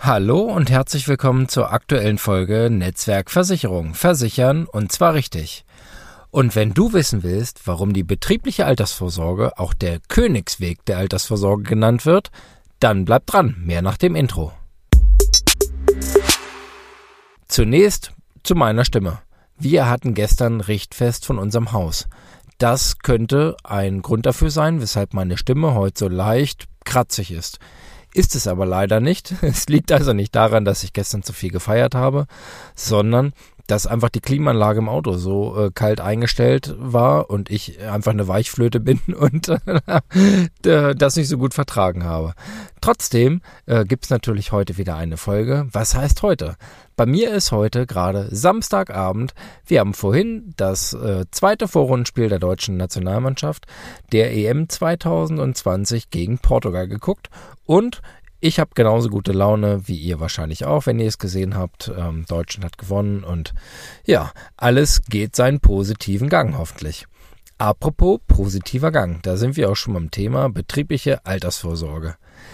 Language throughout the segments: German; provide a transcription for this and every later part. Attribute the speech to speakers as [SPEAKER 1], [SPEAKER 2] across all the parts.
[SPEAKER 1] Hallo und herzlich willkommen zur aktuellen Folge Netzwerk Versicherung. Versichern und zwar richtig. Und wenn du wissen willst, warum die betriebliche Altersvorsorge auch der Königsweg der Altersvorsorge genannt wird, dann bleib dran, mehr nach dem Intro. Zunächst zu meiner Stimme. Wir hatten gestern Richtfest von unserem Haus. Das könnte ein Grund dafür sein, weshalb meine Stimme heute so leicht kratzig ist. Ist es aber leider nicht. Es liegt also nicht daran, dass ich gestern zu viel gefeiert habe, sondern dass einfach die Klimaanlage im Auto so kalt eingestellt war und ich einfach eine Weichflöte bin und das nicht so gut vertragen habe. Trotzdem gibt's natürlich heute wieder eine Folge. Was heißt heute? Bei mir ist heute gerade Samstagabend. Wir haben vorhin das zweite Vorrundenspiel der deutschen Nationalmannschaft der EM 2020 gegen Portugal geguckt und ich habe genauso gute Laune wie ihr wahrscheinlich auch, wenn ihr es gesehen habt. Deutschland hat gewonnen und ja, alles geht seinen positiven Gang hoffentlich. Apropos positiver Gang, da sind wir auch schon beim Thema betriebliche Altersvorsorge.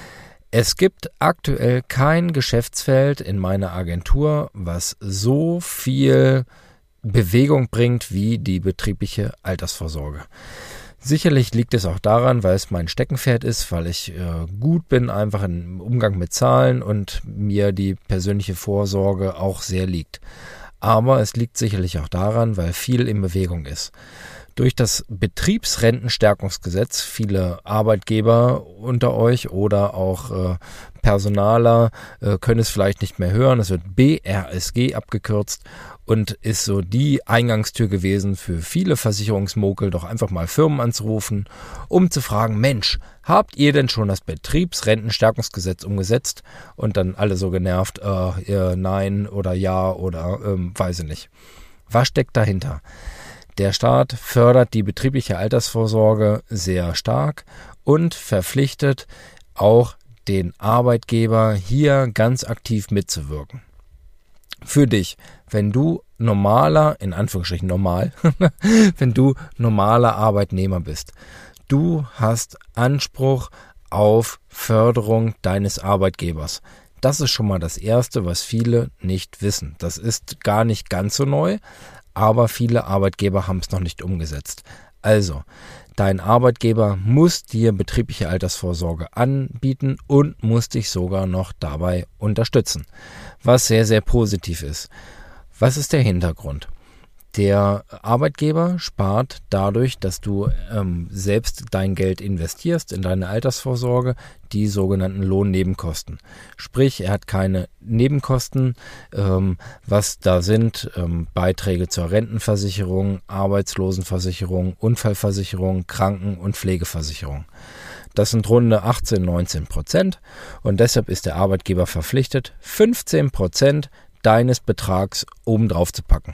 [SPEAKER 1] Es gibt aktuell kein Geschäftsfeld in meiner Agentur, was so viel Bewegung bringt wie die betriebliche Altersvorsorge. Sicherlich liegt es auch daran, weil es mein Steckenpferd ist, weil ich gut bin einfach im Umgang mit Zahlen und mir die persönliche Vorsorge auch sehr liegt. Aber es liegt sicherlich auch daran, weil viel in Bewegung ist. Durch das Betriebsrentenstärkungsgesetz, viele Arbeitgeber unter euch oder auch Personaler können es vielleicht nicht mehr hören. Es wird BRSG abgekürzt und ist so die Eingangstür gewesen für viele Versicherungsmokel, doch einfach mal Firmen anzurufen, um zu fragen, Mensch, habt ihr denn schon das Betriebsrentenstärkungsgesetz umgesetzt? Und dann alle so genervt, nein oder ja oder weiß ich nicht. Was steckt dahinter? Der Staat fördert die betriebliche Altersvorsorge sehr stark und verpflichtet auch den Arbeitgeber, hier ganz aktiv mitzuwirken. Für dich, wenn du normaler, in Anführungsstrichen normal, wenn du normaler Arbeitnehmer bist, du hast Anspruch auf Förderung deines Arbeitgebers. Das ist schon mal das Erste, was viele nicht wissen. Das ist gar nicht ganz so neu, aber viele Arbeitgeber haben es noch nicht umgesetzt. Also, dein Arbeitgeber muss dir betriebliche Altersvorsorge anbieten und muss dich sogar noch dabei unterstützen, was sehr, sehr positiv ist. Was ist der Hintergrund? Der Arbeitgeber spart dadurch, dass du selbst dein Geld investierst in deine Altersvorsorge, die sogenannten Lohnnebenkosten. Sprich, er hat keine Nebenkosten, was da sind Beiträge zur Rentenversicherung, Arbeitslosenversicherung, Unfallversicherung, Kranken- und Pflegeversicherung. Das sind runde 18-19% und deshalb ist der Arbeitgeber verpflichtet, 15% deines Betrags obendrauf zu packen.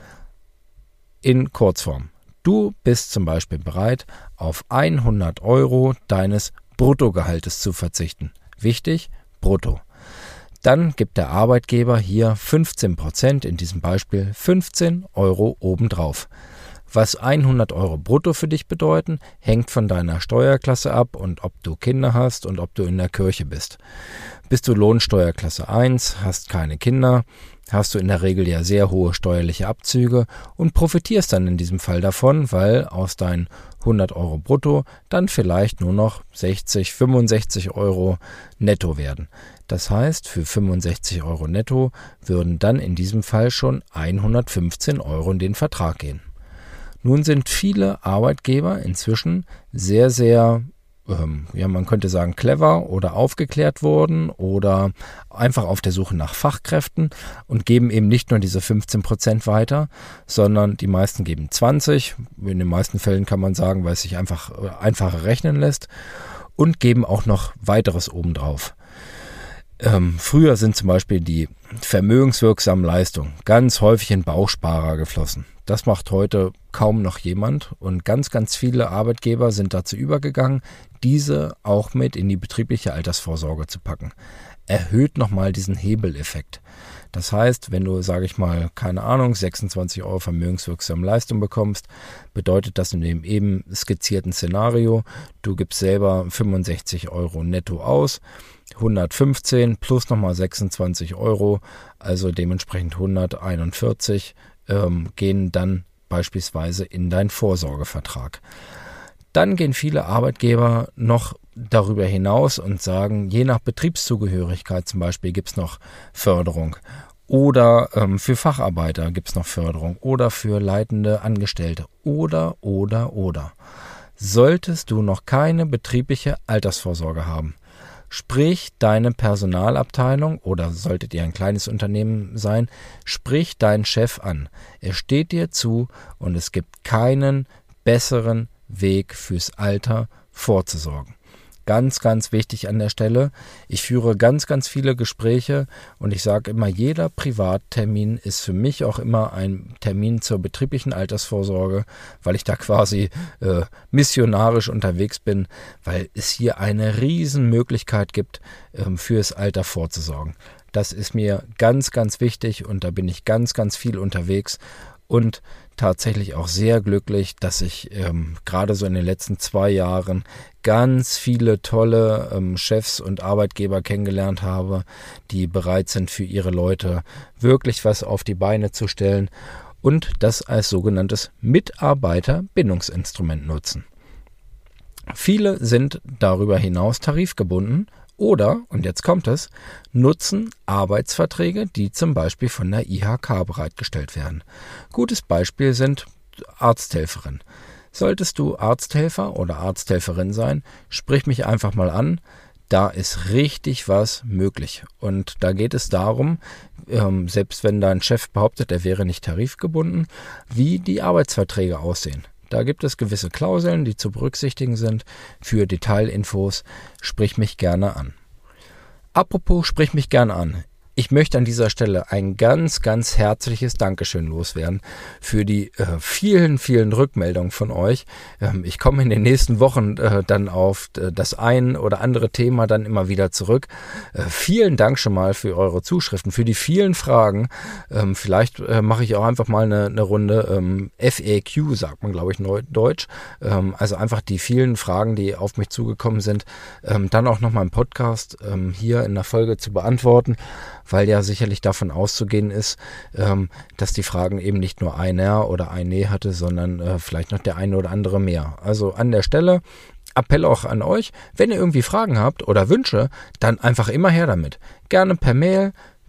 [SPEAKER 1] In Kurzform. Du bist zum Beispiel bereit, auf 100 € deines Bruttogehaltes zu verzichten. Wichtig, brutto. Dann gibt der Arbeitgeber hier 15%, in diesem Beispiel 15 € obendrauf. Was 100 € brutto für dich bedeuten, hängt von deiner Steuerklasse ab und ob du Kinder hast und ob du in der Kirche bist. Bist du Lohnsteuerklasse 1, hast keine Kinder, hast du in der Regel ja sehr hohe steuerliche Abzüge und profitierst dann in diesem Fall davon, weil aus deinen 100 € brutto dann vielleicht nur noch 60, 65 € netto werden. Das heißt, für 65 € netto würden dann in diesem Fall schon 115 € in den Vertrag gehen. Nun sind viele Arbeitgeber inzwischen sehr, sehr, man könnte sagen clever oder aufgeklärt worden oder einfach auf der Suche nach Fachkräften und geben eben nicht nur diese 15% weiter, sondern die meisten geben 20%, in den meisten Fällen kann man sagen, weil es sich einfacher rechnen lässt und geben auch noch weiteres obendrauf. Früher sind zum Beispiel die vermögenswirksamen Leistungen ganz häufig in Bausparer geflossen. Das macht heute kaum noch jemand und ganz, ganz viele Arbeitgeber sind dazu übergegangen, diese auch mit in die betriebliche Altersvorsorge zu packen. Erhöht nochmal diesen Hebeleffekt. Das heißt, wenn du, sage ich mal, keine Ahnung, 26 € vermögenswirksame Leistung bekommst, bedeutet das in dem eben skizzierten Szenario, du gibst selber 65 € netto aus, 115 plus nochmal 26 Euro, also dementsprechend 141, gehen dann beispielsweise in deinen Vorsorgevertrag. Dann gehen viele Arbeitgeber noch darüber hinaus und sagen, je nach Betriebszugehörigkeit zum Beispiel gibt es noch Förderung. Oder für Facharbeiter gibt es noch Förderung oder für leitende Angestellte oder. Solltest du noch keine betriebliche Altersvorsorge haben, sprich deine Personalabteilung oder solltet ihr ein kleines Unternehmen sein, sprich deinen Chef an. Er steht dir zu und es gibt keinen besseren Weg fürs Alter vorzusorgen. Ganz, ganz wichtig an der Stelle. Ich führe ganz, ganz viele Gespräche und ich sage immer, jeder Privattermin ist für mich auch immer ein Termin zur betrieblichen Altersvorsorge, weil ich da quasi missionarisch unterwegs bin, weil es hier eine Riesenmöglichkeit gibt, fürs Alter vorzusorgen. Das ist mir ganz, ganz wichtig und da bin ich ganz, ganz viel unterwegs und tatsächlich auch sehr glücklich, dass ich gerade so in den letzten 2 Jahren ganz viele tolle Chefs und Arbeitgeber kennengelernt habe, die bereit sind, für ihre Leute wirklich was auf die Beine zu stellen und das als sogenanntes Mitarbeiterbindungsinstrument nutzen. Viele sind darüber hinaus tarifgebunden oder, und jetzt kommt es, nutzen Arbeitsverträge, die zum Beispiel von der IHK bereitgestellt werden. Gutes Beispiel sind Arzthelferin. Solltest du Arzthelfer oder Arzthelferin sein, sprich mich einfach mal an. Da ist richtig was möglich. Und da geht es darum, selbst wenn dein Chef behauptet, er wäre nicht tarifgebunden, wie die Arbeitsverträge aussehen. Da gibt es gewisse Klauseln, die zu berücksichtigen sind. Für Detailinfos sprich mich gerne an. Apropos sprich mich gerne an. Ich möchte an dieser Stelle ein ganz, ganz herzliches Dankeschön loswerden für die vielen, vielen Rückmeldungen von euch. Ich komme in den nächsten Wochen dann auf das ein oder andere Thema dann immer wieder zurück. Vielen Dank schon mal für eure Zuschriften, für die vielen Fragen. Vielleicht mache ich auch einfach mal eine Runde FAQ, sagt man, glaube ich, Neudeutsch. Also einfach die vielen Fragen, die auf mich zugekommen sind, dann auch nochmal im Podcast hier in der Folge zu beantworten, weil ja sicherlich davon auszugehen ist, dass die Fragen eben nicht nur einer oder eine hatte, sondern vielleicht noch der eine oder andere mehr. Also an der Stelle Appell auch an euch, wenn ihr irgendwie Fragen habt oder Wünsche, dann einfach immer her damit. Gerne per Mail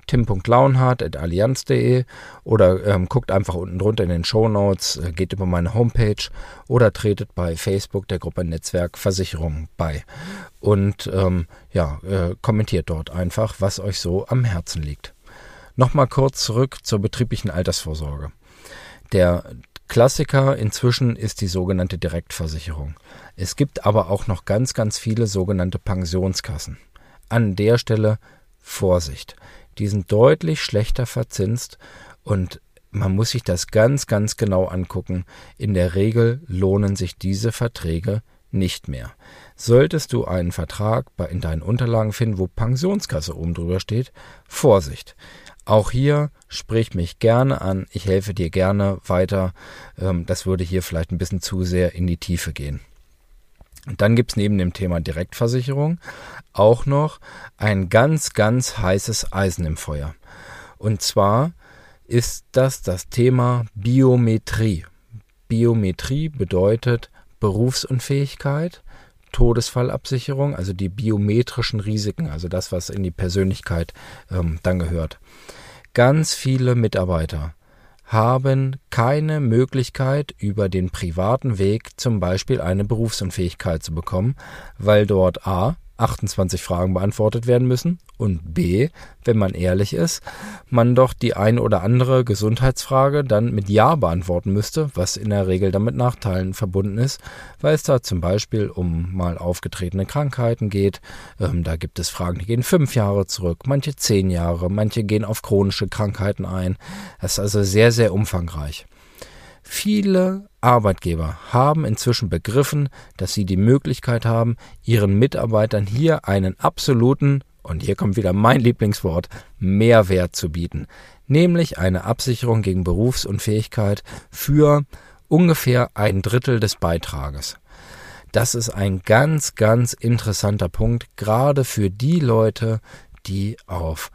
[SPEAKER 1] tim.launhardt@allianz.de oder guckt einfach unten drunter in den Shownotes, geht über meine Homepage oder tretet bei Facebook der Gruppe Netzwerk Versicherungen bei und kommentiert dort einfach, was euch so am Herzen liegt. Nochmal kurz zurück zur betrieblichen Altersvorsorge. Der Klassiker inzwischen ist die sogenannte Direktversicherung. Es gibt aber auch noch ganz, ganz viele sogenannte Pensionskassen. An der Stelle Vorsicht. Die sind deutlich schlechter verzinst und man muss sich das ganz, ganz genau angucken. In der Regel lohnen sich diese Verträge nicht mehr. Solltest du einen Vertrag in deinen Unterlagen finden, wo Pensionskasse oben drüber steht, Vorsicht. Auch hier sprich mich gerne an, ich helfe dir gerne weiter. Das würde hier vielleicht ein bisschen zu sehr in die Tiefe gehen. Und dann gibt es neben dem Thema Direktversicherung auch noch ein ganz, ganz heißes Eisen im Feuer. Und zwar ist das Thema Biometrie. Biometrie bedeutet Berufsunfähigkeit, Todesfallabsicherung, also die biometrischen Risiken, also das, was in die Persönlichkeit dann gehört. Ganz viele Mitarbeiter haben keine Möglichkeit, über den privaten Weg zum Beispiel eine Berufsunfähigkeit zu bekommen, weil dort a. 28 Fragen beantwortet werden müssen und b. wenn man ehrlich ist, man doch die ein oder andere Gesundheitsfrage dann mit Ja beantworten müsste, was in der Regel dann mit Nachteilen verbunden ist, weil es da zum Beispiel um mal aufgetretene Krankheiten geht. Da gibt es Fragen, die gehen 5 Jahre zurück, manche 10 Jahre, manche gehen auf chronische Krankheiten ein. Das ist also sehr, sehr umfangreich. Viele Arbeitgeber haben inzwischen begriffen, dass sie die Möglichkeit haben, ihren Mitarbeitern hier einen absoluten, und hier kommt wieder mein Lieblingswort, Mehrwert zu bieten. Nämlich eine Absicherung gegen Berufsunfähigkeit für ungefähr 1/3 des Beitrages. Das ist ein ganz, ganz interessanter Punkt, gerade für die Leute, die auf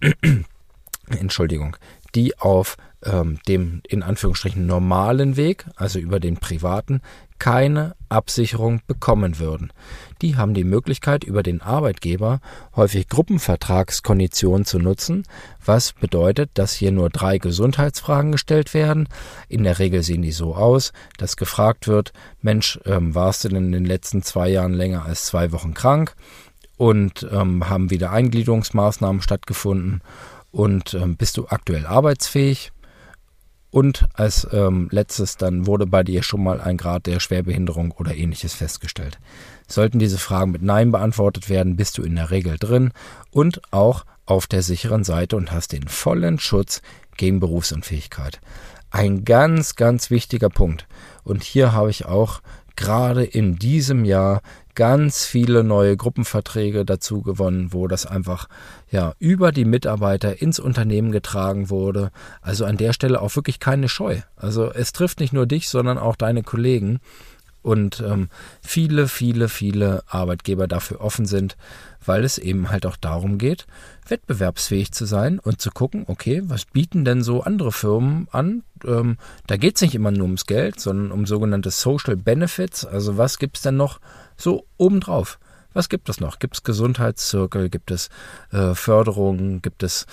[SPEAKER 1] dem in Anführungsstrichen normalen Weg, also über den privaten, keine Absicherung bekommen würden. Die haben die Möglichkeit, über den Arbeitgeber häufig Gruppenvertragskonditionen zu nutzen, was bedeutet, dass hier nur 3 Gesundheitsfragen gestellt werden. In der Regel sehen die so aus, dass gefragt wird, Mensch, warst du denn in den letzten 2 Jahren länger als 2 Wochen krank und haben wieder Eingliederungsmaßnahmen stattgefunden und bist du aktuell arbeitsfähig? Und als letztes dann wurde bei dir schon mal ein Grad der Schwerbehinderung oder ähnliches festgestellt. Sollten diese Fragen mit Nein beantwortet werden, bist du in der Regel drin und auch auf der sicheren Seite und hast den vollen Schutz gegen Berufsunfähigkeit. Ein ganz, ganz wichtiger Punkt. Und hier habe ich auch gerade in diesem Jahr ganz viele neue Gruppenverträge dazu gewonnen, wo das einfach über die Mitarbeiter ins Unternehmen getragen wurde. Also an der Stelle auch wirklich keine Scheu. Also es trifft nicht nur dich, sondern auch deine Kollegen. Und viele, viele, viele Arbeitgeber dafür offen sind, weil es eben halt auch darum geht, wettbewerbsfähig zu sein und zu gucken, okay, was bieten denn so andere Firmen an? Da geht es nicht immer nur ums Geld, sondern um sogenannte Social Benefits. Also was gibt es denn noch so obendrauf? Was gibt es noch? Gibt es Gesundheitszirkel? Gibt es Förderungen? Gibt es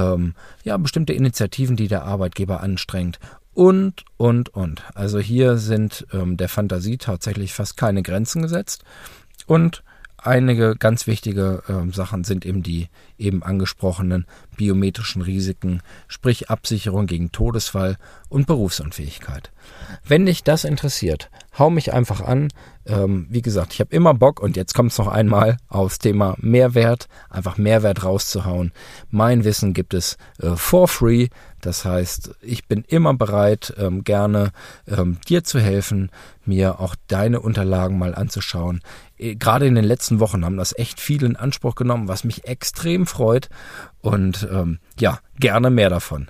[SPEAKER 1] bestimmte Initiativen, die der Arbeitgeber anstrengt? Und. Also hier sind der Fantasie tatsächlich fast keine Grenzen gesetzt. Und einige ganz wichtige Sachen sind eben die eben angesprochenen biometrischen Risiken, sprich Absicherung gegen Todesfall und Berufsunfähigkeit. Wenn dich das interessiert, hau mich einfach an. Wie gesagt, ich habe immer Bock und jetzt kommt es noch einmal aufs Thema Mehrwert, einfach Mehrwert rauszuhauen. Mein Wissen gibt es for free. Das heißt, ich bin immer bereit, gerne dir zu helfen, mir auch deine Unterlagen mal anzuschauen. Gerade in den letzten Wochen haben das echt viel in Anspruch genommen, was mich extrem freut und gerne mehr davon.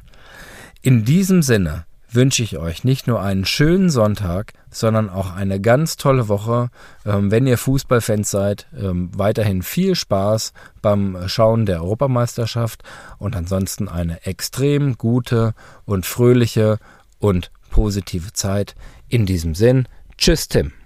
[SPEAKER 1] In diesem Sinne wünsche ich euch nicht nur einen schönen Sonntag, sondern auch eine ganz tolle Woche. Wenn ihr Fußballfans seid, weiterhin viel Spaß beim Schauen der Europameisterschaft und ansonsten eine extrem gute und fröhliche und positive Zeit. In diesem Sinn, tschüss Tim.